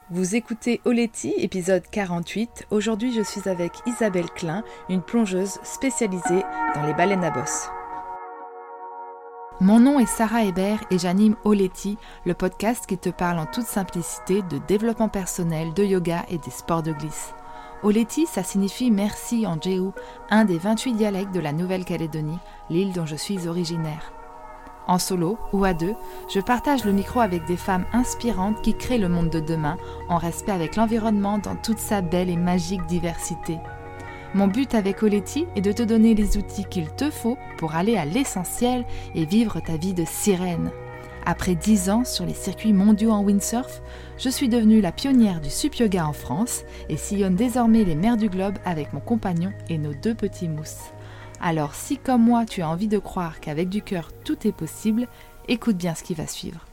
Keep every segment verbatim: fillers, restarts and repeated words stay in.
Vous écoutez Oleti, épisode quarante-huit. Aujourd'hui, je suis avec Isabelle Klein, une plongeuse spécialisée dans les baleines à bosse. Mon nom est Sarah Hébert et j'anime Oleti, le podcast qui te parle en toute simplicité de développement personnel, de yoga et des sports de glisse. Oleti, ça signifie merci en djéou, un des vingt-huit dialectes de la Nouvelle-Calédonie, l'île dont je suis originaire. En solo ou à deux, je partage le micro avec des femmes inspirantes qui créent le monde de demain en respect avec l'environnement dans toute sa belle et magique diversité. Mon but avec Oleti est de te donner les outils qu'il te faut pour aller à l'essentiel et vivre ta vie de sirène. Après dix ans sur les circuits mondiaux en windsurf, je suis devenue la pionnière du sup yoga en France et sillonne désormais les mers du globe avec mon compagnon et nos deux petits mousses. Alors si comme moi tu as envie de croire qu'avec du cœur tout est possible, écoute bien ce qui va suivre.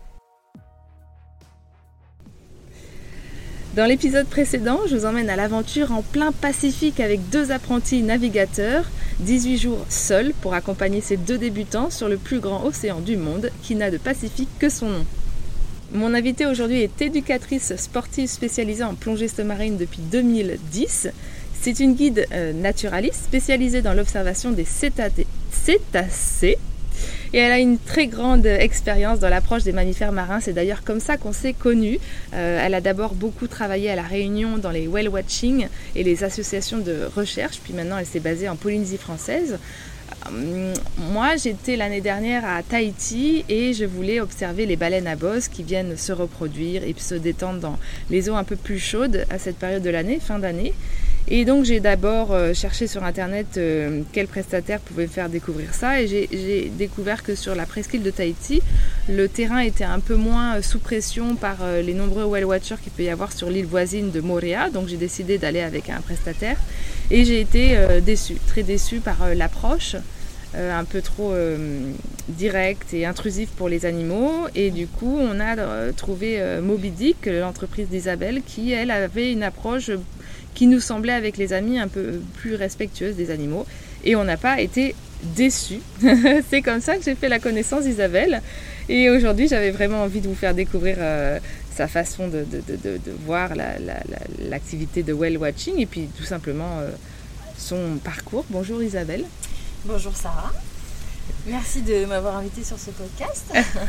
Dans l'épisode précédent, je vous emmène à l'aventure en plein Pacifique avec deux apprentis navigateurs, dix-huit jours seuls pour accompagner ces deux débutants sur le plus grand océan du monde qui n'a de Pacifique que son nom. Mon invitée aujourd'hui est éducatrice sportive spécialisée en plongée sous-marine depuis deux mille dix. C'est une guide euh, naturaliste spécialisée dans l'observation des cétacés, cétacés et elle a une très grande expérience dans l'approche des mammifères marins. C'est d'ailleurs comme ça qu'on s'est connus. Euh, elle a d'abord beaucoup travaillé à La Réunion dans les whale watching et les associations de recherche, puis maintenant elle s'est basée en Polynésie française. Euh, moi j'étais l'année dernière à Tahiti et je voulais observer les baleines à bosse qui viennent se reproduire et se détendre dans les eaux un peu plus chaudes à cette période de l'année, fin d'année. Et donc j'ai d'abord euh, cherché sur internet euh, quel prestataire pouvait me faire découvrir ça et j'ai, j'ai découvert que sur la presqu'île de Tahiti, le terrain était un peu moins euh, sous pression par euh, les nombreux whale watchers qu'il peut y avoir sur l'île voisine de Moorea. Donc j'ai décidé d'aller avec un prestataire et j'ai été euh, déçue, très déçue par euh, l'approche. Euh, un peu trop euh, direct et intrusif pour les animaux et du coup on a euh, trouvé euh, Moby Dick, l'entreprise d'Isabelle, qui elle avait une approche qui nous semblait avec les amis un peu plus respectueuse des animaux et on n'a pas été déçus. C'est comme ça que j'ai fait la connaissance d'Isabelle et aujourd'hui j'avais vraiment envie de vous faire découvrir euh, sa façon de, de, de, de, de voir la, la, la, l'activité de whale watching et puis tout simplement euh, son parcours. Bonjour Isabelle. Bonjour Sarah, merci de m'avoir invitée sur ce podcast.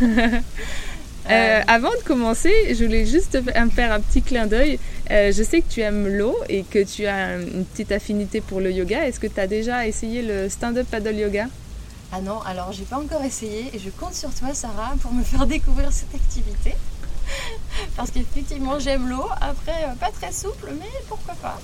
euh, avant de commencer, je voulais juste faire un petit clin d'œil. Euh, je sais que tu aimes l'eau et que tu as une petite affinité pour le yoga. Est-ce que tu as déjà essayé le stand-up paddle yoga ? Ah non, alors j'ai pas encore essayé et je compte sur toi Sarah pour me faire découvrir cette activité. Parce qu'effectivement j'aime l'eau, après pas très souple mais pourquoi pas.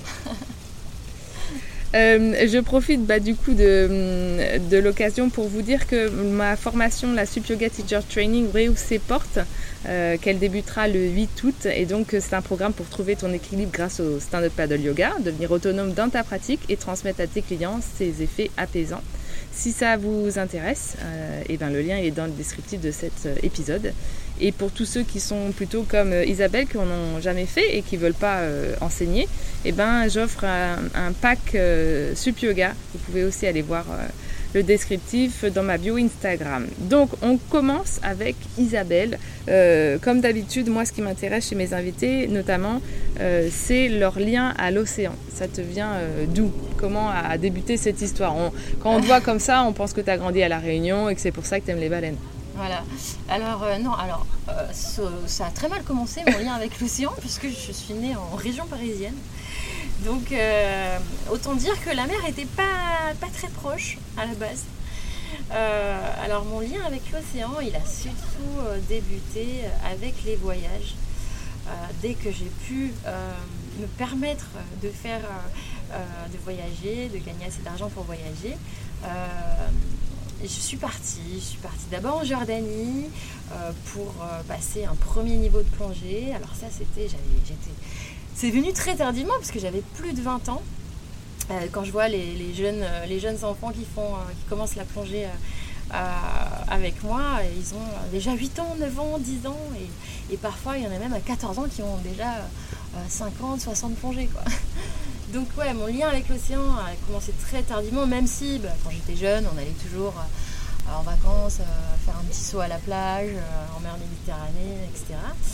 Euh, je profite bah, du coup de, de l'occasion pour vous dire que ma formation, la Sup Yoga Teacher Training, réouvre ses portes, euh, qu'elle débutera le huit août et donc c'est un programme pour trouver ton équilibre grâce au stand-up paddle yoga, devenir autonome dans ta pratique et transmettre à tes clients ses effets apaisants. Si ça vous intéresse, euh, et ben le lien est dans le descriptif de cet euh, épisode. Et pour tous ceux qui sont plutôt comme euh, Isabelle, qui n'en ont jamais fait et qui ne veulent pas euh, enseigner, et ben j'offre un, un pack euh, Sup Yoga. Vous pouvez aussi aller voir euh, le descriptif dans ma bio Instagram. Donc on commence avec Isabelle. Euh, comme d'habitude, moi ce qui m'intéresse chez mes invités, notamment, euh, c'est leur lien à l'océan. Ça te vient euh, d'où ? Comment a débuté cette histoire ? on, Quand on te voit comme ça, on pense que tu as grandi à La Réunion et que c'est pour ça que tu aimes les baleines. Voilà. Alors euh, non, alors euh, ça, ça a très mal commencé mon lien avec l'océan puisque je suis née en région parisienne. Donc euh, autant dire que la mer était pas, pas très proche à la base. Euh, alors mon lien avec l'océan, il a surtout euh, débuté avec les voyages. Euh, dès que j'ai pu euh, me permettre de faire, euh, de voyager, de gagner assez d'argent pour voyager, euh, je suis partie. Je suis partie d'abord en Jordanie euh, pour euh, passer un premier niveau de plongée. Alors ça, c'était, j'avais, j'étais, c'est venu très tardivement parce que j'avais plus de vingt ans. Euh, quand je vois les, les, jeunes, les jeunes enfants qui, font, euh, qui commencent la plongée euh, euh, avec moi, ils ont déjà huit ans, neuf ans, dix ans et, et parfois il y en a même à quatorze ans qui ont déjà euh, cinquante, soixante plongées, quoi. Donc ouais, mon lien avec l'océan a commencé très tardivement, même si bah, quand j'étais jeune, on allait toujours euh, en vacances, euh, faire un petit saut à la plage, euh, en mer Méditerranée, et cetera.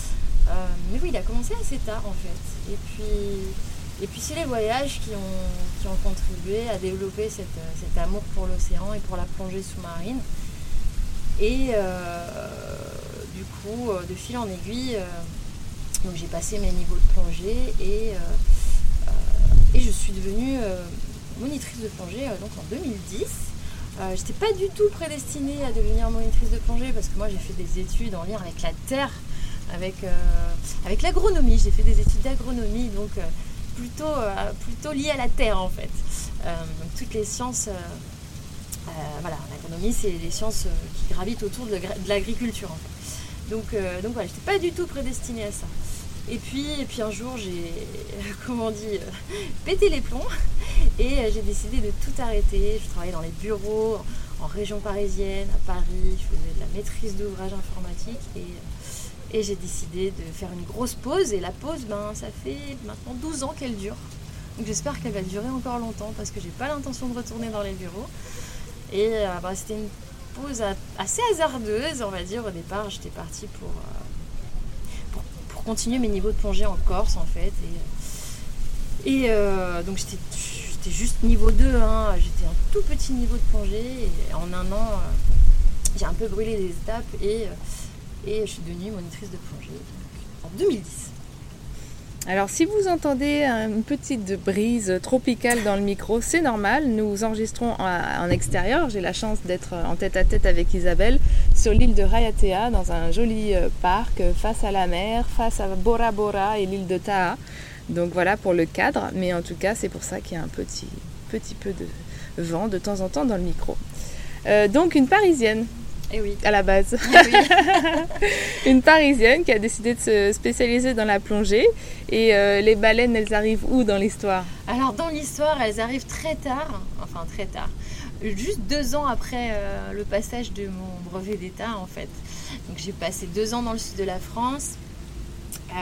Euh, mais oui, il a commencé assez tard en fait. Et puis, et puis c'est les voyages qui ont, qui ont contribué à développer cette, cet amour pour l'océan et pour la plongée sous-marine. Et euh, du coup, de fil en aiguille, euh, donc j'ai passé mes niveaux de plongée et, euh, euh, et je suis devenue euh, monitrice de plongée euh, donc en deux mille dix. Euh, j'étais pas du tout prédestinée à devenir monitrice de plongée parce que moi j'ai fait des études en lien avec la terre, avec, euh, avec l'agronomie. J'ai fait des études d'agronomie, donc euh, plutôt, euh, plutôt liées à la terre en fait. Euh, donc toutes les sciences, euh, euh, voilà, l'agronomie c'est les sciences euh, qui gravitent autour de, de l'agriculture en fait. Donc, euh, donc voilà, j'étais pas du tout prédestinée à ça. Et puis, et puis un jour j'ai, comment on dit, euh, pété les plombs et euh, j'ai décidé de tout arrêter. Je travaillais dans les bureaux, en, en région parisienne, à Paris, je faisais de la maîtrise d'ouvrage informatique et, euh, et j'ai décidé de faire une grosse pause. Et la pause, ben, ça fait maintenant douze ans qu'elle dure. Donc j'espère qu'elle va durer encore longtemps parce que j'ai pas l'intention de retourner dans les bureaux. Et euh, ben, c'était une pause assez hasardeuse, on va dire. Au départ, j'étais partie pour... Euh, continuer mes niveaux de plongée en Corse en fait et, et euh, donc j'étais, j'étais juste niveau deux hein. J'étais un tout petit niveau de plongée et en un an euh, j'ai un peu brûlé les étapes et, et je suis devenue monitrice de plongée en deux mille dix. Alors si vous entendez une petite brise tropicale dans le micro, c'est normal, nous enregistrons en, en extérieur. J'ai la chance d'être en tête à tête avec Isabelle sur l'île de Raiatea, dans un joli parc face à la mer, face à Bora Bora et l'île de Taha. Donc voilà pour le cadre, mais en tout cas c'est pour ça qu'il y a un petit, petit peu de vent de temps en temps dans le micro. Euh, donc une Parisienne. Eh oui. À la base. Eh oui. Une Parisienne qui a décidé de se spécialiser dans la plongée. Et euh, les baleines, elles arrivent où dans l'histoire ? Alors dans l'histoire, elles arrivent très tard, enfin très tard, juste deux ans après euh, le passage de mon brevet d'État en fait. Donc j'ai passé deux ans dans le sud de la France euh,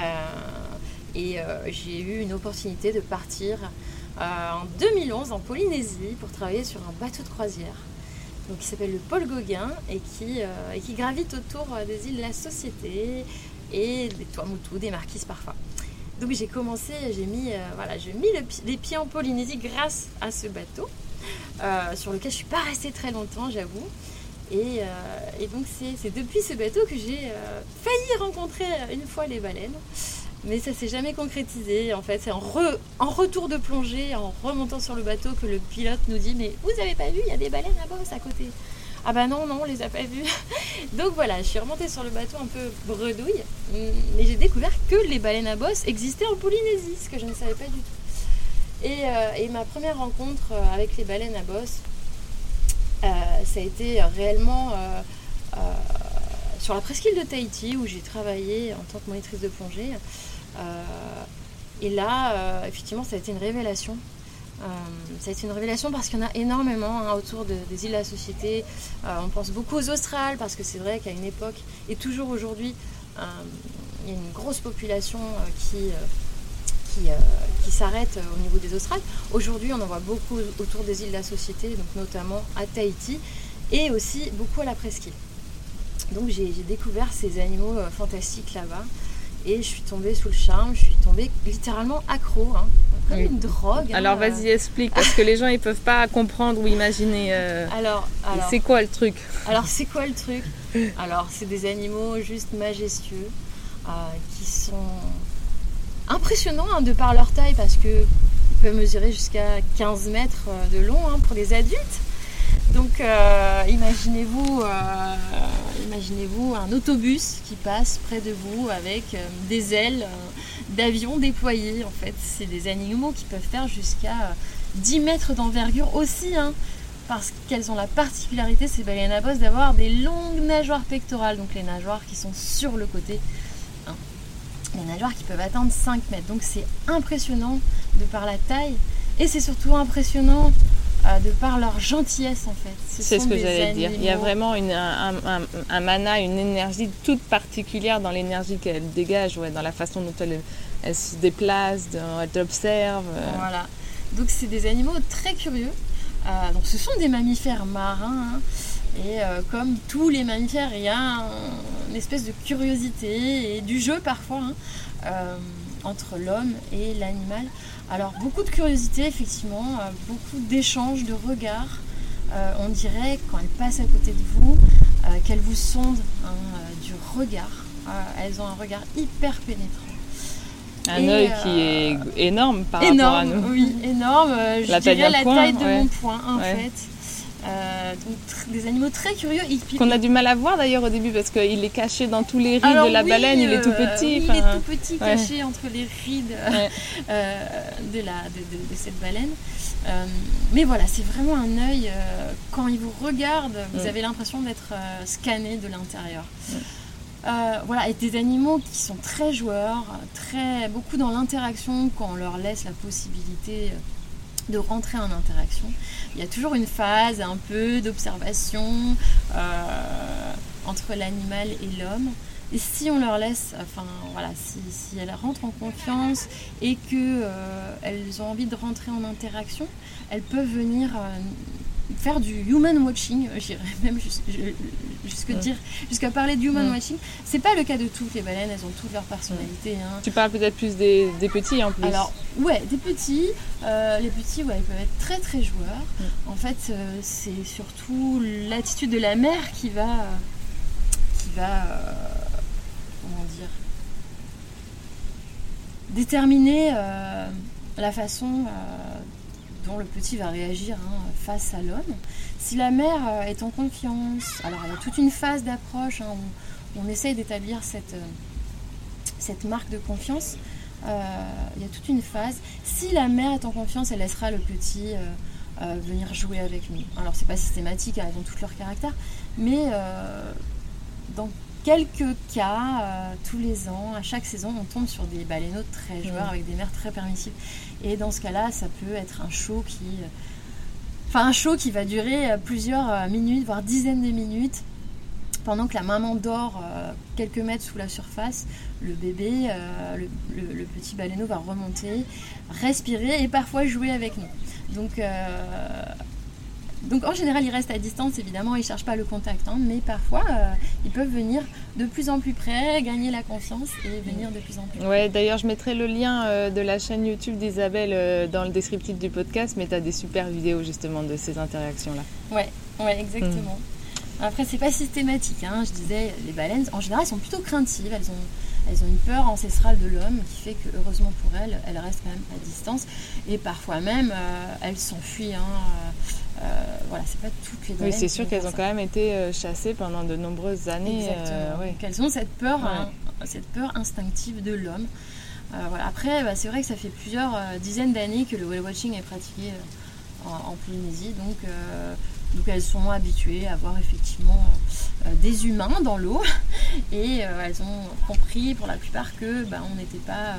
et euh, j'ai eu une opportunité de partir euh, en deux mille onze en Polynésie pour travailler sur un bateau de croisière. Donc, qui s'appelle le Paul Gauguin et qui, euh, et qui gravite autour des îles de la Société et des Tuamotu, des Marquises parfois. Donc j'ai commencé, j'ai mis, euh, voilà, j'ai mis le, les pieds en Polynésie grâce à ce bateau euh, sur lequel je ne suis pas restée très longtemps, j'avoue. Et, euh, et donc c'est, c'est depuis ce bateau que j'ai euh, failli rencontrer une fois les baleines. Mais ça ne s'est jamais concrétisé. En fait, c'est en, re, en retour de plongée, en remontant sur le bateau, que le pilote nous dit « Mais vous avez pas vu, il y a des baleines là-bas, à côté. » Ah bah non, non, on les a pas vues. Donc voilà, je suis remontée sur le bateau un peu bredouille. Mais j'ai découvert que les baleines à bosse existaient en Polynésie, ce que je ne savais pas du tout. Et, euh, et ma première rencontre avec les baleines à bosse, euh, ça a été réellement... Euh, euh, sur la presqu'île de Tahiti, où j'ai travaillé en tant que monitrice de plongée. Euh, et là, euh, effectivement, ça a été une révélation. Euh, ça a été une révélation parce qu'il y en a énormément hein, autour de, des îles de la Société. Euh, on pense beaucoup aux Australes, parce que c'est vrai qu'à une époque, et toujours aujourd'hui, euh, il y a une grosse population euh, qui, euh, qui, euh, qui s'arrête au niveau des Australes. Aujourd'hui, on en voit beaucoup autour des îles de la Société, donc notamment à Tahiti, et aussi beaucoup à la presqu'île. Donc j'ai, j'ai découvert ces animaux euh, fantastiques là-bas et je suis tombée sous le charme, je suis tombée littéralement accro, hein, comme oui. Une drogue. Alors hein, vas-y explique, parce que les gens ils peuvent pas comprendre ou imaginer. Euh... Alors, alors, c'est quoi le truc ? Alors c'est quoi le truc ? Alors c'est des animaux juste majestueux euh, qui sont impressionnants hein, de par leur taille parce qu'ils peuvent mesurer jusqu'à quinze mètres de long hein, pour les adultes. Donc euh, imaginez-vous, euh, imaginez-vous un autobus qui passe près de vous avec euh, des ailes euh, d'avion déployées. En fait, c'est des animaux qui peuvent faire jusqu'à euh, dix mètres d'envergure aussi, hein, parce qu'elles ont la particularité, ces baleines à bosse, d'avoir des longues nageoires pectorales, donc les nageoires qui sont sur le côté. Hein. Les nageoires qui peuvent atteindre cinq mètres. Donc c'est impressionnant de par la taille et c'est surtout impressionnant de par leur gentillesse en fait. Ce c'est ce que j'allais animaux. dire. Il y a vraiment une, un, un, un mana, une énergie toute particulière dans l'énergie qu'elle dégage, ouais, dans la façon dont elle, elle se déplace, dont elle t'observe. Voilà. Donc c'est des animaux très curieux. Euh, donc ce sont des mammifères marins. Hein. Et euh, comme tous les mammifères, il y a un, une espèce de curiosité et du jeu parfois hein, euh, entre l'homme et l'animal. Alors beaucoup de curiosité effectivement, euh, beaucoup d'échanges, de regards. Euh, on dirait quand elles passent à côté de vous, euh, qu'elles vous sondent hein, euh, du regard. Euh, elles ont un regard hyper pénétrant. Un et, œil euh, qui est énorme par énorme, rapport à nous. Oui, énorme. Euh, je la taille dirais d'un la poing, taille de ouais. mon poing en Ouais. fait. Euh, donc tr- des animaux très curieux. Et puis, Qu'on a du mal à voir d'ailleurs au début parce qu'il est caché dans tous les rides alors de la oui, baleine, il est tout euh, petit. oui, enfin, il est tout petit, ouais. caché entre les rides Ouais. euh, de, la, de, de, de cette baleine. Euh, mais voilà, c'est vraiment un œil. Euh, quand il vous regarde, vous Mm. avez l'impression d'être euh, scanné de l'intérieur. Mm. Euh, voilà, et des animaux qui sont très joueurs, très beaucoup dans l'interaction quand on leur laisse la possibilité de rentrer en interaction. Il y a toujours une phase un peu d'observation euh, entre l'animal et l'homme. Et si on leur laisse, enfin voilà, si, si elles rentrent en confiance et qu'elles euh, ont envie de rentrer en interaction, elles peuvent venir euh, faire du human watching, j'irais même jus- jusque Mm. dire, jusqu'à parler de human Mm. watching. C'est pas le cas de toutes les baleines, elles ont toutes leur personnalité. Hein. Tu parles peut-être plus des, des petits en plus. Alors, ouais, des petits. Euh, les petits, ouais, ils peuvent être très très joueurs. Mm. En fait, euh, c'est surtout l'attitude de la mère qui va, euh, qui va, euh, comment dire, déterminer euh, la façon euh, dont le petit va réagir hein, face à l'homme. Si la mère euh, est en confiance, alors il y a toute une phase d'approche hein, où on essaye d'établir cette, euh, cette marque de confiance. Euh, il y a toute une phase. Si la mère est en confiance, elle laissera le petit euh, euh, venir jouer avec nous. Alors c'est pas systématique, elles ont tout leur caractère, mais euh, dans quelques cas, euh, tous les ans, à chaque saison, on tombe sur des baleineaux très joueurs, Mmh. avec des mères très permissives. Et dans ce cas-là, ça peut être un show qui, euh, enfin un show qui va durer euh, plusieurs euh, minutes, voire dizaines de minutes. Pendant que la maman dort euh, quelques mètres sous la surface, le bébé, euh, le, le- le petit baleineau va remonter, respirer et parfois jouer avec nous. Donc, euh, donc en général, ils restent à distance, évidemment, ils ne cherchent pas le contact. hein, mais parfois, euh, ils peuvent venir de plus en plus près, gagner la confiance et venir de plus en plus près. Ouais, d'ailleurs, je mettrai le lien euh, de la chaîne YouTube d'Isabelle euh, dans le descriptif du podcast, mais tu as des super vidéos justement de ces interactions-là. Ouais, ouais, exactement. Après, c'est pas systématique. Hein. Je disais, les baleines, en général, elles sont plutôt craintives. Elles ont, elles ont une peur ancestrale de l'homme qui fait que, heureusement pour elles, elles restent quand même à distance. Et parfois même, euh, elles s'enfuient. Hein. Euh, voilà, c'est pas toutes les baleines. Oui, c'est qui sûr vont qu'elles faire ont ça. quand même été euh, chassées pendant de nombreuses années. Exactement. euh, ouais. Donc, elles ont cette peur, Ouais. hein, cette peur instinctive de l'homme. Euh, voilà. Après, bah, c'est vrai que ça fait plusieurs euh, dizaines d'années que le whale watching est pratiqué euh, en, en Polynésie. Donc, euh, donc elles sont habituées à voir effectivement euh, des humains dans l'eau. Et euh, elles ont compris pour la plupart que bah, on n'était pas,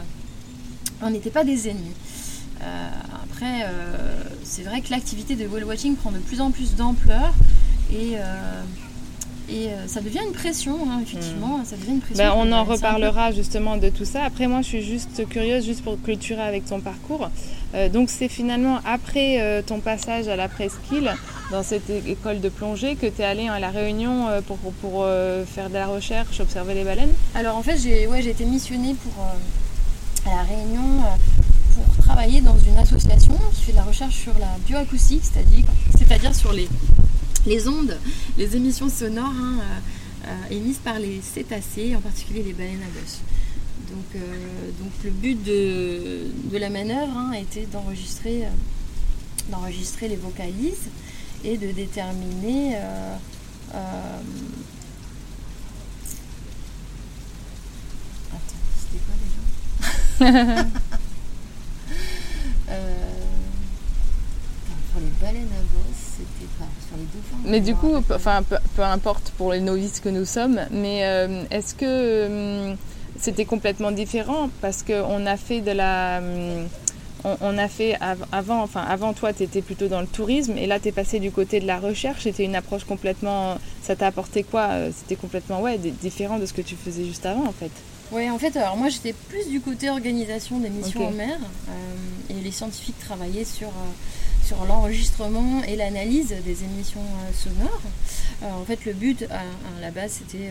on n'était pas des ennemis. Euh, après, euh, c'est vrai que l'activité de whale watching prend de plus en plus d'ampleur et, euh, et euh, ça devient une pression, hein, effectivement. Ça devient une pression. Ben, on en C'est un peu- reparlera justement de tout ça. Après, moi, je suis juste curieuse, juste pour clôturer avec ton parcours. Euh, donc, c'est finalement après euh, ton passage à la presqu'île, dans cette é- école de plongée, que tu es allée à La Réunion euh, pour, pour euh, faire de la recherche, observer les baleines. Alors en fait, j'ai ouais, j'ai été missionnée pour, euh, à La Réunion euh, pour travailler dans une association qui fait de la recherche sur la bioacoustique, c'est-à-dire, c'est-à-dire sur les, les ondes, les émissions sonores hein, euh, euh, émises par les cétacés, en particulier les baleines à bosse. Donc, euh, donc le but de, de la manœuvre hein, était d'enregistrer, euh, d'enregistrer les vocalises et de déterminer euh, euh, attends, c'était quoi déjà euh, Pour les baleines à bosse, c'était pas sur les dauphins. Mais du je me coup, rappelle peu, pas. enfin, peu, peu importe pour les novices que nous sommes, mais euh, est-ce que euh, c'était complètement différent parce qu'on a fait de la... euh, on, on a fait av- avant, enfin avant toi, tu étais plutôt dans le tourisme et là, tu es passé du côté de la recherche. C'était une approche complètement... Ça t'a apporté quoi? C'était complètement ouais, d- différent de ce que tu faisais juste avant, en fait. Ouais, en fait, alors moi j'étais plus du côté organisation des missions Ok. en mer euh, et les scientifiques travaillaient sur, euh, sur l'enregistrement et l'analyse des émissions euh, sonores. Euh, en fait, le but à, à la base c'était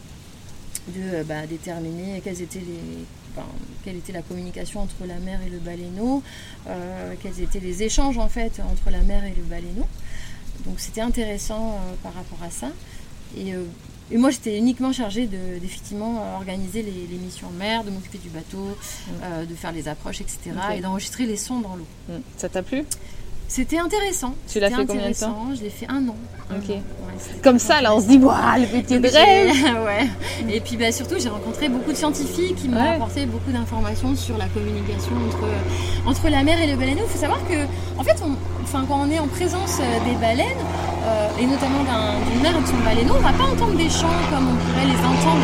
euh, de euh, bah, déterminer quelles étaient les, enfin, quelle était la communication entre la mer et le baleineau, euh, quels étaient les échanges en fait entre la mer et le baleineau. Donc c'était intéressant euh, par rapport à ça. Et euh, Et moi, j'étais uniquement chargée de, d'effectivement euh, organiser les, les missions en mer, de m'occuper du bateau, Mm. euh, de faire les approches, et cetera. Ok. Et d'enregistrer les sons dans l'eau. Mm. Ça t'a plu? C'était intéressant. Tu l'as C'était fait combien de temps? intéressant. Je l'ai fait un an. Un Ok. an. Ouais, c'était Comme très ça, là, on se intéressant. dit, waouh, le petit Donc, rêve. j'ai- ouais. Et puis bah, surtout, j'ai rencontré beaucoup de scientifiques qui m'ont Ouais. apporté beaucoup d'informations sur la communication entre, entre la mer et le baleineau. Il faut savoir que, en fait, on, enfin, quand on est en présence euh, des baleines, euh, et notamment d'un, d'une mer et de son baleineau, on ne va pas entendre des chants comme on pourrait les entendre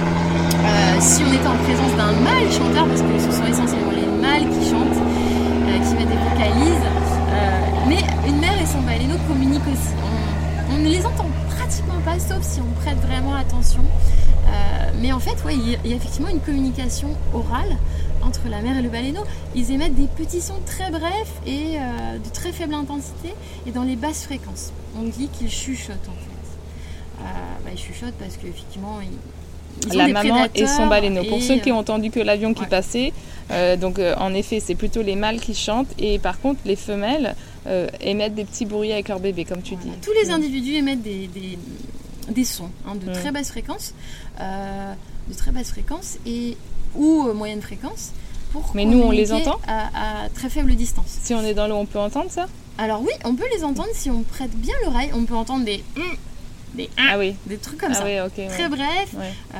euh, si on était en présence d'un mâle chanteur, parce que ce sont essentiellement les mâles qui chantent, euh, qui mettent des vocalises. Euh, mais une mer et son baleineau communiquent aussi. On, on ne les entend pratiquement pas, sauf si on prête vraiment attention. Euh, mais en fait, ouais, il y a- il y a effectivement une communication orale entre la mer et le baleineau. Ils émettent des petits sons très brefs et euh, de très faible intensité et dans les basses fréquences. On dit qu'ils chuchotent en fait. Euh, bah, ils chuchotent parce qu'effectivement, ils, ils ont La des maman et prédateurs son baleineau. Pour et, ceux qui euh, ont entendu que l'avion qui ouais. passait, euh, donc euh, en effet, c'est plutôt les mâles qui chantent et par contre, les femelles euh, émettent des petits bruits avec leur bébé, comme tu Voilà. dis. Tous les individus émettent des, des, des sons hein, de Mm. très basse fréquence, euh, de très basse fréquence et ou euh, moyenne fréquence. Pour Mais nous, on les communiquer entend à, à très faible distance. Si on est dans l'eau, on peut entendre ça? Alors oui, on peut les entendre si on prête bien l'oreille. On peut entendre des hum, des ah, Ah oui. des trucs comme Ah ça, oui, ok. ouais. très brefs, Ouais. euh,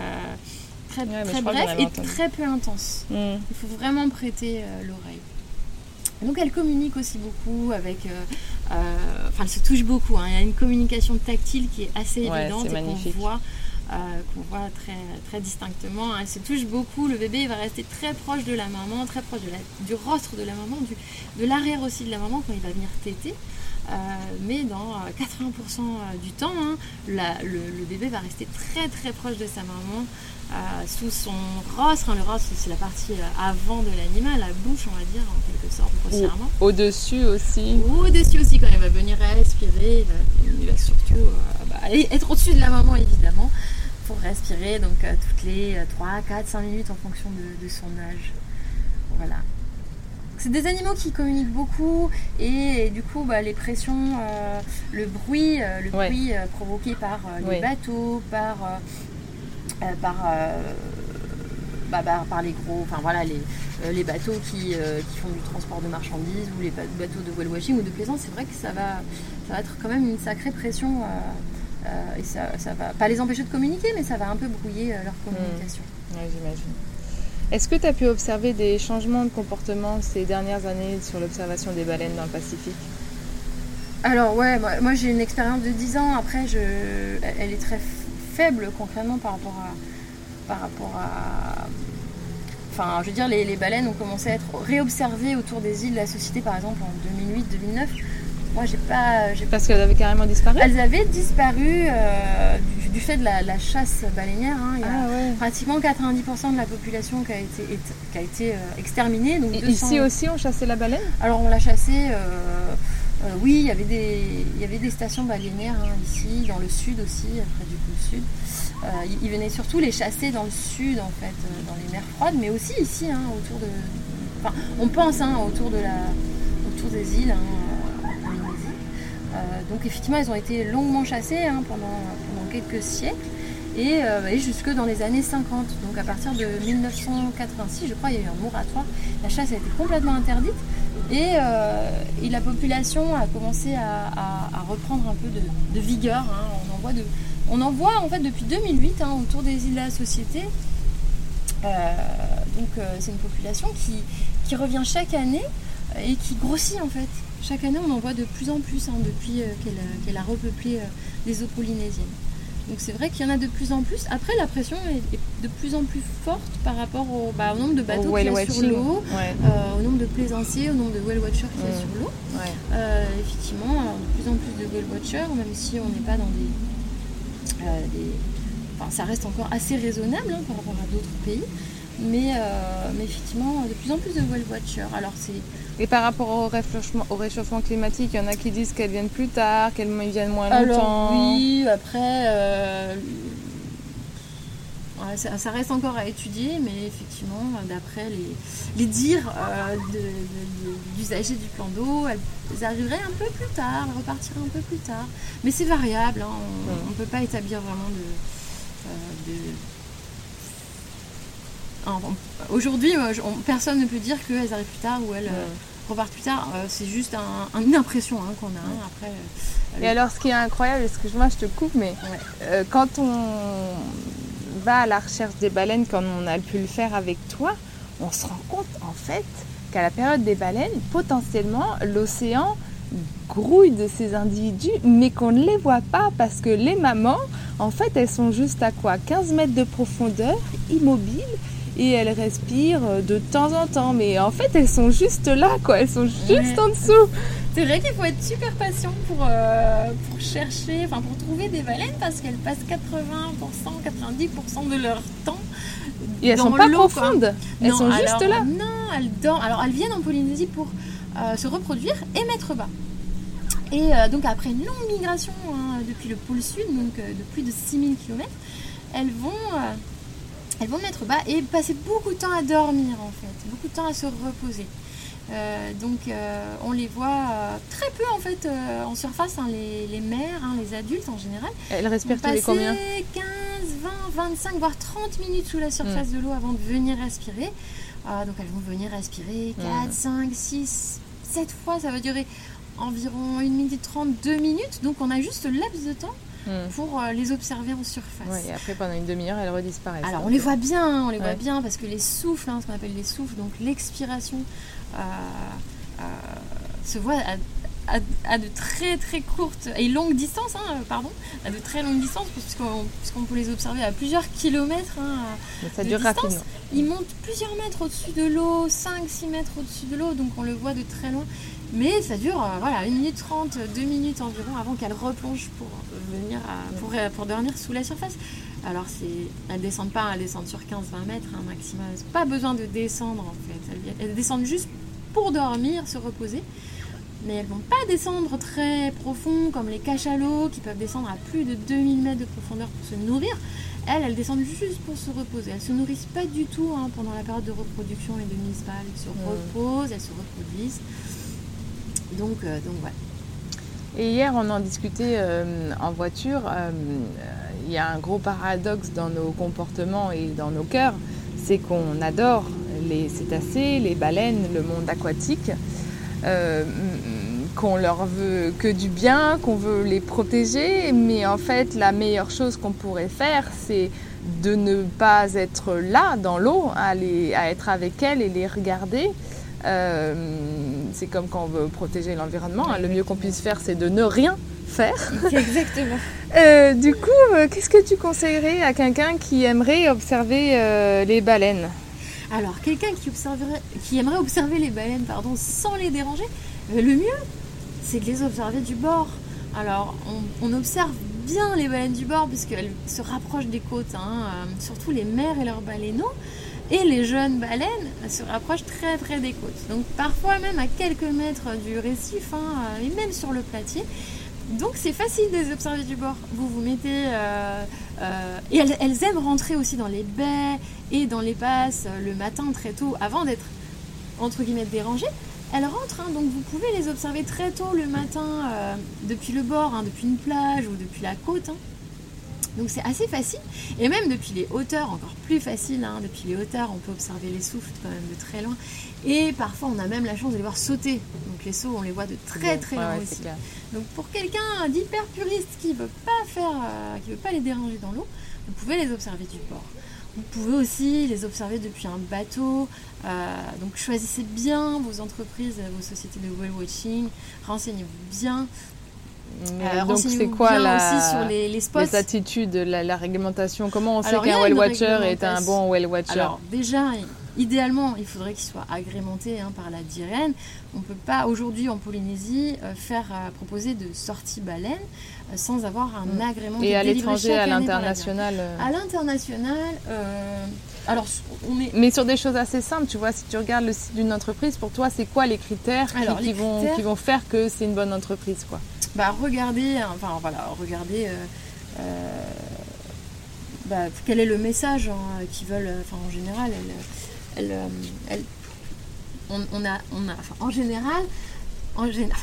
très, Ouais, mais très je crois que j'en brefs avais et entendu. très peu intenses. Mm. Il faut vraiment prêter euh, l'oreille. Donc elle communique aussi beaucoup avec... euh, euh, enfin, elle se touche beaucoup. Hein. Il y a une communication tactile qui est assez Ouais, évidente c'est et qu'on magnifique. voit, euh, qu'on voit très, très distinctement. Elle se touche beaucoup. Le bébé il va rester très proche de la maman, très proche de la, du rostre de la maman, du, de l'arrière aussi de la maman quand il va venir téter. Euh, mais dans euh, quatre-vingts pour cent du temps, hein, la- le, le bébé va rester très très proche de sa maman, euh, sous son rostre. Hein, le rostre, c'est la partie euh, avant de l'animal, la bouche, on va dire, en quelque sorte, grossièrement. Au-dessus aussi. Au-dessus aussi, quand il va venir respirer, il va, il va surtout euh, bah, aller- être au-dessus de la maman, évidemment, pour respirer, donc euh, toutes les euh, trois, quatre, cinq minutes en fonction de, de son âge. Voilà. C'est des animaux qui communiquent beaucoup et, et du coup bah, les pressions, euh, le bruit, euh, le Ouais. bruit euh, provoqué par euh, les Ouais. bateaux, par, euh, euh, par, euh, bah, bah, par les gros, enfin voilà les, euh, les bateaux qui, euh, qui font du transport de marchandises ou les ba- bateaux de whale watching ou de plaisance, c'est vrai que ça va, ça va être quand même une sacrée pression euh, euh, et ça, ça va pas les empêcher de communiquer, mais ça va un peu brouiller euh, leur communication. Ouais, j'imagine. Est-ce que tu as pu observer des changements de comportement ces dernières années sur l'observation des baleines dans le Pacifique? Alors ouais, moi, moi, j'ai une expérience de dix ans. Après, je, elle est très faible concrètement par rapport à, par rapport à. Enfin, je veux dire, les, les baleines ont commencé à être réobservées autour des îles de la Société, par exemple en deux mille huit deux mille neuf. Moi, j'ai pas, j'ai Parce qu'elles avaient carrément disparu? Elles avaient disparu euh, du, du fait de la, la chasse baleinière. Hein. Il y a Ah ouais. pratiquement quatre-vingt-dix pour cent de la population qui a été, qui a été euh, exterminée. Donc Et deux cents ici aussi, on chassait la baleine? Alors on l'a chassée, euh, euh, oui, il y avait des, il y avait des stations baleinières hein, ici, dans le sud aussi, près du pôle sud. Euh, ils, ils venaient surtout les chasser dans le sud, en fait, euh, dans les mers froides, mais aussi ici, hein, autour de... Enfin, on pense hein, autour, de la, autour des îles, hein, en Polynésie. Euh, donc effectivement, elles ont été longuement chassées hein, pendant, pendant quelques siècles. Et, euh, et jusque dans les années cinquante. Donc à partir de mille neuf cent quatre-vingt-six, je crois, il y a eu un moratoire. La chasse a été complètement interdite et, euh, et la population a commencé à, à, à reprendre un peu de, de vigueur. Hein. On en voit, de, on en voit en fait depuis deux mille huit hein, autour des îles de la Société. Euh, donc euh, c'est une population qui, qui revient chaque année et qui grossit en fait. Chaque année, on en voit de plus en plus hein, depuis euh, qu'elle, qu'elle a repeuplé euh, les eaux polynésiennes. Donc c'est vrai qu'il y en a de plus en plus. Après, la pression est, est de plus en plus forte par rapport au, bah, au nombre de bateaux Au qu'il y whale a sur watching. l'eau, Ouais. euh, au nombre de plaisanciers, au nombre de whale watchers qu'il y a Mm. sur l'eau. Ouais. Euh, effectivement, alors, de plus en plus de whale watchers, même si on n'est pas dans des, euh, des, enfin, ça reste encore assez raisonnable hein, par rapport à d'autres pays. Mais, euh, mais effectivement, de plus en plus de whale watchers. Alors, c'est... Et par rapport au réchauffement, au réchauffement climatique, il y en a qui disent qu'elles viennent plus tard, qu'elles viennent moins longtemps. Alors, oui, après, euh... ouais, ça, ça reste encore à étudier, mais effectivement, d'après les, les dires euh, de, de, de, d'usagers du plan d'eau, elles, elles arriveraient un peu plus tard, elles repartiraient un peu plus tard. Mais c'est variable, hein, on ne mmh. peut pas établir vraiment de... Euh, de Enfin, aujourd'hui, on, personne ne peut dire qu'elles arrivent plus tard ou elles ouais. euh, repartent plus tard. Euh, c'est juste un, un, une impression hein, qu'on a. Hein. Après, euh, et alors, ce qui est incroyable, excuse-moi, je te coupe, mais ouais. euh, quand on va à la recherche des baleines, comme on a pu le faire avec toi, on se rend compte en fait qu'à la période des baleines, potentiellement, l'océan grouille de ces individus, mais qu'on ne les voit pas parce que les mamans, en fait, elles sont juste à quoi quinze mètres de profondeur, immobiles. Et elles respirent de temps en temps, mais en fait elles sont juste là, quoi. Elles sont juste ouais. en dessous. C'est vrai qu'il faut être super patient pour, euh, pour chercher, enfin pour trouver des baleines parce qu'elles passent quatre-vingts pour cent, quatre-vingt-dix pour cent de leur temps et elles dans sont pas l'eau, profondes. Quoi. Elles non, sont alors, juste là. Non, elles dorment. Alors elles viennent en Polynésie pour euh, se reproduire et mettre bas. Et euh, donc après une longue migration hein, depuis le pôle sud, donc euh, de plus de six mille kilomètres, elles vont euh, Elles vont mettre bas et passer beaucoup de temps à dormir en fait, beaucoup de temps à se reposer. Euh, donc euh, on les voit euh, très peu en fait euh, en surface, hein, les, les mères, hein, les adultes en général. Elles respirent tous les combien ? quinze, vingt, vingt-cinq voire trente minutes sous la surface mmh. de l'eau avant de venir respirer. Euh, donc elles vont venir respirer quatre, mmh. cinq, six, sept fois, ça va durer environ une minute trente, deux minutes. Donc on a juste le laps de temps pour euh, les observer en surface. Ouais, et après, pendant une demi-heure, elles redisparaissent. Alors, on les voit bien, on les ouais. voit bien parce que les souffles, hein, ce qu'on appelle les souffles, donc l'expiration, euh, euh, se voit à, à, à de très très courtes et longues distances, hein, pardon, à de très longues distances, puisqu'on, puisqu'on peut les observer à plusieurs kilomètres hein, Mais ça de dure distance. rapidement. Ils montent plusieurs mètres au-dessus de l'eau, cinq six mètres au-dessus de l'eau, donc on le voit de très loin. Mais ça dure euh, voilà, une minute trente, deux minutes environ avant qu'elle replonge pour venir à, pour, pour dormir sous la surface. Alors c'est, elles ne descendent pas, elles descendent sur quinze vingt mètres hein, maximum. Elles n'ont pas besoin de descendre en fait. Elles, elles descendent juste pour dormir, se reposer. Mais elles ne vont pas descendre très profond comme les cachalots qui peuvent descendre à plus de deux mille mètres de profondeur pour se nourrir. Elles, elles descendent juste pour se reposer. Elles ne se nourrissent pas du tout hein, pendant la période de reproduction et de mise balle. Elles se mmh. reposent, elles se reproduisent. Donc, euh, donc voilà. Et hier, on en discutait euh, en voiture. Il euh, y a un gros paradoxe dans nos comportements et dans nos cœurs, c'est qu'on adore les cétacés, les baleines, le monde aquatique, euh, qu'on leur veut que du bien, qu'on veut les protéger, mais en fait, la meilleure chose qu'on pourrait faire, c'est de ne pas être là dans l'eau, à, les, à être avec elles et les regarder. Euh, c'est comme quand on veut protéger l'environnement, hein, le mieux qu'on puisse faire c'est de ne rien faire. Exactement. euh, du coup, euh, qu'est-ce que tu conseillerais à quelqu'un qui aimerait observer euh, les baleines ? Alors, quelqu'un qui, observerait, qui aimerait observer les baleines pardon, sans les déranger, euh, le mieux c'est de les observer du bord. Alors, on, on observe bien les baleines du bord puisqu'elles se rapprochent des côtes, hein, euh, surtout les mères et leurs baleineaux. Et les jeunes baleines se rapprochent très près des côtes. Donc parfois même à quelques mètres du récif, hein, et même sur le platier. Donc c'est facile de les observer du bord. Vous vous mettez... Euh, euh, et elles, elles aiment rentrer aussi dans les baies et dans les passes le matin très tôt, avant d'être, entre guillemets, dérangées. Elles rentrent, hein, donc vous pouvez les observer très tôt le matin euh, depuis le bord, hein, depuis une plage ou depuis la côte. Hein. Donc c'est assez facile, et même depuis les hauteurs, encore plus facile, hein. Depuis les hauteurs on peut observer les souffles quand même de très loin, et parfois on a même la chance de les voir sauter, donc les sauts on les voit de très très loin ouais, ouais, aussi. Donc pour quelqu'un d'hyper puriste qui ne veut pas faire, euh, qui veut pas les déranger dans l'eau, vous pouvez les observer du bord. Vous pouvez aussi les observer depuis un bateau, euh, donc choisissez bien vos entreprises, vos sociétés de whale watching, renseignez-vous bien. Mais euh, donc c'est quoi la, aussi sur les, les spots. Les attitudes, la, la réglementation, comment on sait Alors, qu'un whale watcher est un bon whale watcher? Alors déjà, idéalement, il faudrait qu'il soit agrémenté hein, par la D I R E N. On ne peut pas aujourd'hui en Polynésie euh, faire euh, proposer de sorties baleines euh, sans avoir un mmh. agrément. Et à l'étranger, à l'international euh... À l'international, euh, alors on est. Mais sur des choses assez simples, tu vois, si tu regardes le site d'une entreprise, pour toi, c'est quoi les critères alors, qui, les qui critères... vont qui vont faire que c'est une bonne entreprise, quoi? Bah, regardez, enfin voilà, regardez. Euh, euh, bah, quel est le message hein, qu'ils veulent. Enfin, en général, elle, elle, elle, on, on a, on a, enfin, en général, en général.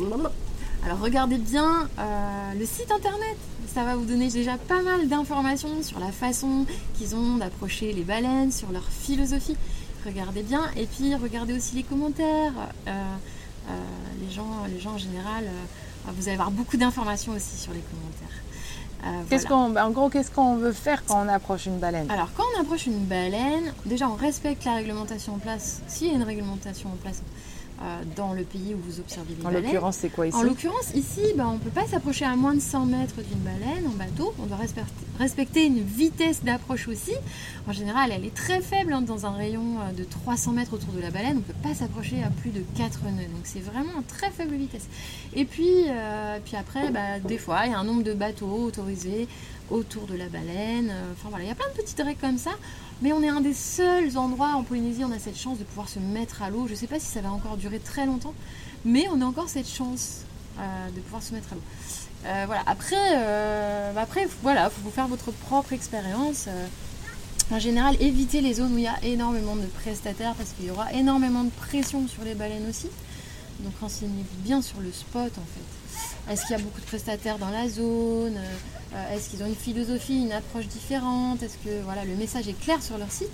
Alors regardez bien euh, le site internet. Ça va vous donner déjà pas mal d'informations sur la façon qu'ils ont d'approcher les baleines, sur leur philosophie. Regardez bien, et puis regardez aussi les commentaires. Euh, euh, les gens, les gens en général. Euh, Vous allez avoir beaucoup d'informations aussi sur les commentaires. Euh, qu'est-ce voilà. qu'on, en gros, qu'est-ce qu'on veut faire quand on approche une baleine? Alors, quand on approche une baleine, déjà, on respecte la réglementation en place. S'il y a une réglementation en place euh, dans le pays où vous observez les en baleines. En l'occurrence, c'est quoi ici? En l'occurrence, ici, bah, on ne peut pas s'approcher à moins de cent mètres d'une baleine en bateau. On doit respecter, respecter une vitesse d'approche aussi. En général, elle est très faible hein, dans un rayon de trois cents mètres autour de la baleine. On ne peut pas s'approcher à plus de quatre nœuds. Donc, c'est vraiment une très faible vitesse. Et puis, euh, puis après, bah, des fois, il y a un nombre de bateaux autorisés autour de la baleine. Enfin, voilà, il y a plein de petites règles comme ça. Mais on est un des seuls endroits en Polynésie où on a cette chance de pouvoir se mettre à l'eau. Je ne sais pas si ça va encore durer très longtemps, mais on a encore cette chance euh, de pouvoir se mettre à l'eau. Euh, voilà. Après, euh, après, voilà, faut vous faire votre propre expérience. Euh, en général, évitez les zones où il y a énormément de prestataires parce qu'il y aura énormément de pression sur les baleines aussi. Donc renseignez-vous bien sur le spot en fait. Est-ce qu'il y a beaucoup de prestataires dans la zone? euh, Est-ce qu'ils ont une philosophie, une approche différente? Est-ce que voilà, le message est clair sur leur site?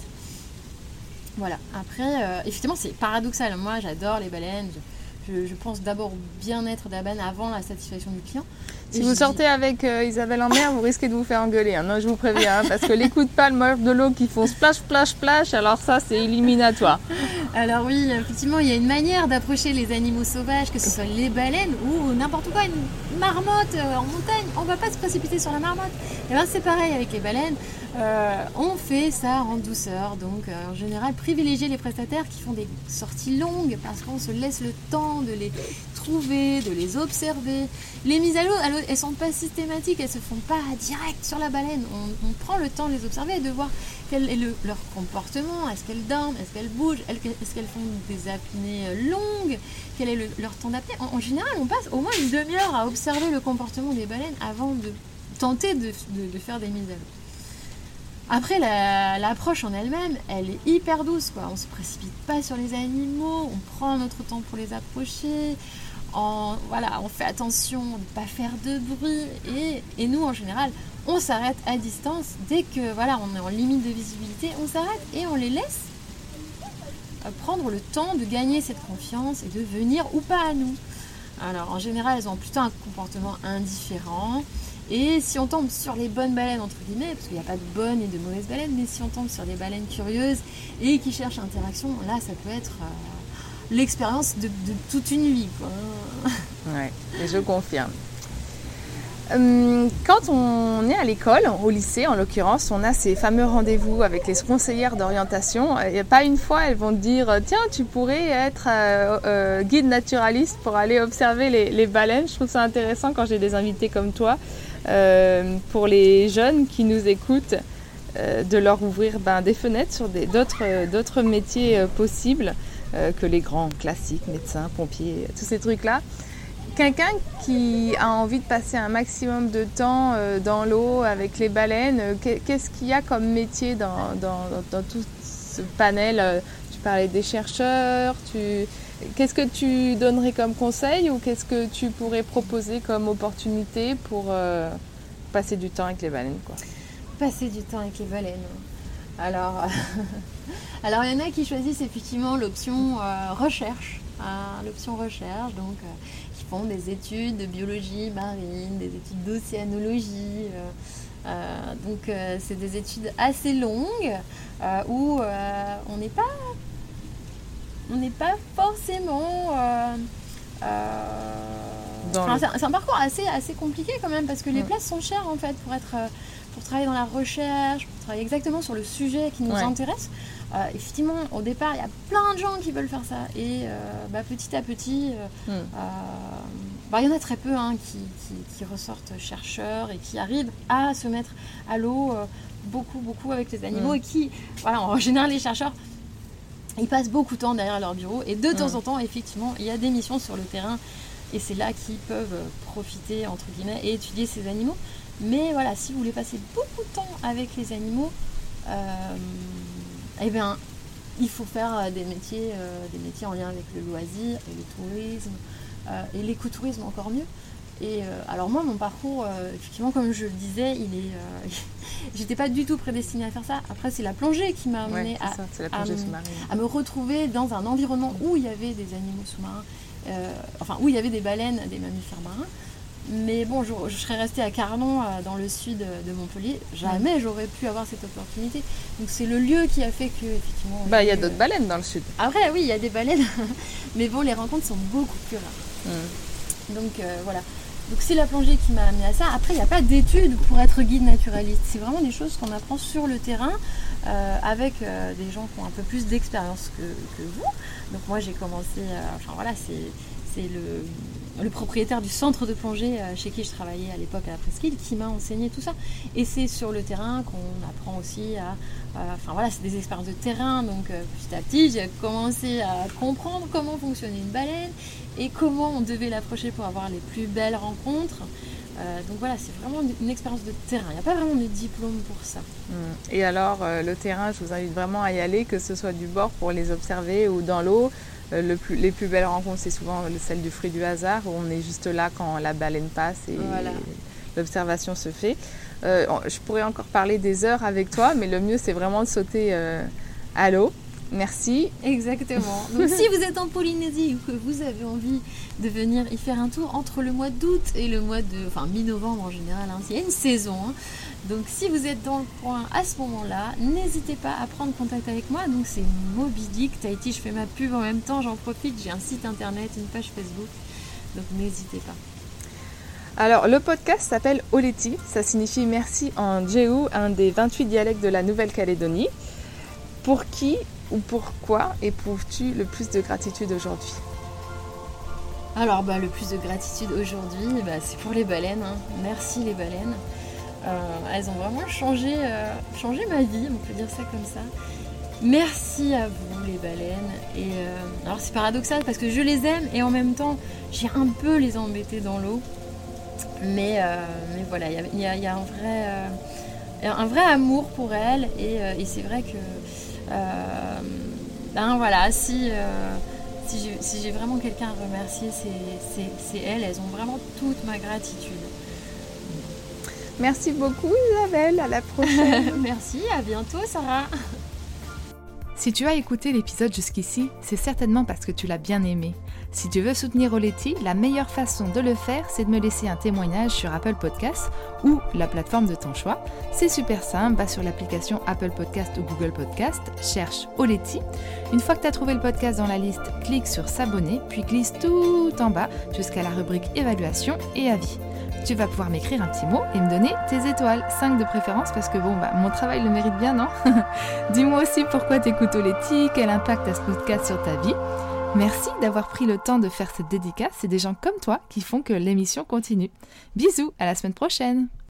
Voilà. Après, euh, effectivement, c'est paradoxal. Moi, j'adore les baleines. Je, je, je pense d'abord au bien-être de la baleine avant la satisfaction du client. Si vous sortez dis... avec euh, Isabelle en mer, vous risquez de vous faire engueuler. Hein. Non, je vous préviens, hein, parce que les coups de palme de l'eau qui font splash, splash, splash, alors ça, c'est éliminatoire. Alors oui, effectivement, il y a une manière d'approcher les animaux sauvages, que ce soit les baleines ou n'importe quoi, une marmotte euh, en montagne. On ne va pas se précipiter sur la marmotte. Et bien, c'est pareil avec les baleines. Euh, on fait ça en douceur. Donc, euh, en général, privilégier les prestataires qui font des sorties longues parce qu'on se laisse le temps de les trouver, de les observer. Les mises à l'eau, elles ne sont pas systématiques, elles ne se font pas direct sur la baleine. On, on prend le temps de les observer et de voir quel est le, leur comportement. Est-ce qu'elles dorment? Est-ce qu'elles bougent? Est-ce qu'elles font des apnées longues? Quel est le, leur temps d'apnée? en, en général, on passe au moins une demi-heure à observer le comportement des baleines avant de tenter de, de, de faire des mises à l'eau. Après, la, l'approche en elle-même, elle est hyper douce, quoi. On ne se précipite pas sur les animaux, on prend notre temps pour les approcher. En, voilà, on fait attention de ne pas faire de bruit et, et nous en général on s'arrête à distance dès que voilà, on est en limite de visibilité, on s'arrête et on les laisse prendre le temps de gagner cette confiance et de venir ou pas à nous. Alors en général elles ont plutôt un comportement indifférent et si on tombe sur les bonnes baleines entre guillemets, parce qu'il n'y a pas de bonnes et de mauvaises baleines, mais si on tombe sur des baleines curieuses et qui cherchent interaction, là ça peut être euh, l'expérience de, de toute une vie, quoi. Ouais, et je confirme. Hum, quand on est à l'école, au lycée en l'occurrence, on a ces fameux rendez-vous avec les conseillères d'orientation. Et pas une fois, elles vont te dire « Tiens, tu pourrais être euh, euh, guide naturaliste pour aller observer les, les baleines ». Je trouve ça intéressant quand j'ai des invités comme toi, euh, pour les jeunes qui nous écoutent, euh, de leur ouvrir ben, des fenêtres sur des, d'autres, d'autres métiers euh, possibles. Euh, que les grands classiques, médecins, pompiers, tous ces trucs-là. Quelqu'un qui a envie de passer un maximum de temps euh, dans l'eau avec les baleines, euh, qu'est-ce qu'il y a comme métier dans, dans, dans, dans tout ce panel? euh, Tu parlais des chercheurs, tu... qu'est-ce que tu donnerais comme conseil ou qu'est-ce que tu pourrais proposer comme opportunité pour euh, passer du temps avec les baleines, quoi? Passer du temps avec les baleines. Alors... Alors, il y en a qui choisissent effectivement l'option euh, recherche, hein, l'option recherche, donc euh, qui font des études de biologie marine, des études d'océanologie. Euh, euh, donc, euh, c'est des études assez longues euh, où euh, on n'est pas, on n'est pas forcément. Euh, euh, enfin, c'est, un, c'est un parcours assez, assez compliqué quand même parce que les places sont chères en fait pour être pour travailler dans la recherche, pour travailler exactement sur le sujet qui nous ouais. intéresse. Euh, effectivement, au départ, il y a plein de gens qui veulent faire ça. Et euh, bah, petit à petit, euh, mm. euh, bah, il y en a très peu hein, qui, qui, qui ressortent chercheurs et qui arrivent à se mettre à l'eau euh, beaucoup, beaucoup avec les animaux. Mm. Et qui, voilà, en général, les chercheurs, ils passent beaucoup de temps derrière leur bureau. Et de mm. temps en temps, effectivement, il y a des missions sur le terrain. Et c'est là qu'ils peuvent profiter, entre guillemets, et étudier ces animaux. Mais voilà, si vous voulez passer beaucoup de temps avec les animaux, euh, eh bien, il faut faire des métiers, euh, des métiers en lien avec le loisir et le tourisme, euh, et l'écotourisme encore mieux. Et euh, alors moi, mon parcours, euh, effectivement, comme je le disais, il est, euh, j'étais pas du tout prédestinée à faire ça. Après, c'est la plongée qui m'a amenée ouais, à, ça, c'est la plongée sous-marine. à me retrouver dans un environnement où il y avait des animaux sous-marins, euh, enfin où il y avait des baleines, des mammifères marins. Mais bon, je, je serais restée à Carnon, euh, dans le sud de Montpellier. Jamais j'aurais pu avoir cette opportunité. Donc c'est le lieu qui a fait que, effectivement... Bah, il y a d'autres euh... baleines dans le sud. Après, oui, il y a des baleines. Mais bon, les rencontres sont beaucoup plus rares. Mm. Donc euh, voilà. Donc c'est la plongée qui m'a amenée à ça. Après, il n'y a pas d'études pour être guide naturaliste. C'est vraiment des choses qu'on apprend sur le terrain euh, avec euh, des gens qui ont un peu plus d'expérience que, que vous. Donc moi, j'ai commencé... Euh, enfin voilà, c'est, c'est le... le propriétaire du centre de plongée chez qui je travaillais à l'époque à la Presqu'île qui m'a enseigné tout ça. Et c'est sur le terrain qu'on apprend aussi à... à enfin voilà, c'est des expériences de terrain. Donc euh, petit à petit, j'ai commencé à comprendre comment fonctionnait une baleine et comment on devait l'approcher pour avoir les plus belles rencontres. Euh, donc voilà, c'est vraiment une, une expérience de terrain. Il n'y a pas vraiment de diplôme pour ça. Et alors, euh, le terrain, je vous invite vraiment à y aller, que ce soit du bord pour les observer ou dans l'eau. Le plus, les plus belles rencontres, c'est souvent celle du fruit du hasard, où on est juste là quand la baleine passe et voilà. L'observation se fait. Euh, je pourrais encore parler des heures avec toi, mais le mieux, c'est vraiment de sauter euh, à l'eau. Merci. Exactement. Donc, si vous êtes en Polynésie ou que vous avez envie de venir y faire un tour entre le mois d'août et le mois de... Enfin, mi-novembre en général, hein, il y a une saison, hein. Donc si vous êtes dans le coin à ce moment-là, n'hésitez pas à prendre contact avec moi. Donc c'est Moby Dick Tahiti, je fais ma pub en même temps, j'en profite, j'ai un site internet, une page Facebook, donc n'hésitez pas. Alors le podcast s'appelle Oleti, ça signifie merci en Jéhu, un des vingt-huit dialectes de la Nouvelle-Calédonie. Pour qui ou pourquoi éprouves-tu le plus de gratitude aujourd'hui ? Alors bah, le plus de gratitude aujourd'hui, bah, c'est pour les baleines, hein. Merci les baleines. Euh, elles ont vraiment changé, euh, changé ma vie, on peut dire ça comme ça. Merci à vous les baleines. Et euh, alors c'est paradoxal parce que je les aime et en même temps j'ai un peu les embêter dans l'eau. Mais, euh, mais voilà, il y, y, y a un vrai, euh, un vrai amour pour elles et, euh, et c'est vrai que euh, ben voilà, si, euh, si, j'ai, si j'ai vraiment quelqu'un à remercier, c'est, c'est, c'est elles. Elles ont vraiment toute ma gratitude. Merci beaucoup Isabelle, à la prochaine. Merci, à bientôt Sarah. Si tu as écouté l'épisode jusqu'ici, c'est certainement parce que tu l'as bien aimé. Si tu veux soutenir Oleti, la meilleure façon de le faire, c'est de me laisser un témoignage sur Apple Podcasts ou la plateforme de ton choix. C'est super simple, va sur l'application Apple Podcast ou Google Podcast, cherche Oleti. Une fois que tu as trouvé le podcast dans la liste, clique sur s'abonner, puis glisse tout en bas jusqu'à la rubrique évaluation et avis. Tu vas pouvoir m'écrire un petit mot et me donner tes étoiles, cinq de préférence parce que bon, bah, mon travail le mérite bien, non ? Dis-moi aussi pourquoi t'écoutes Oleti, quel impact a ce podcast sur ta vie. Merci d'avoir pris le temps de faire cette dédicace, c'est des gens comme toi qui font que l'émission continue. Bisous, à la semaine prochaine.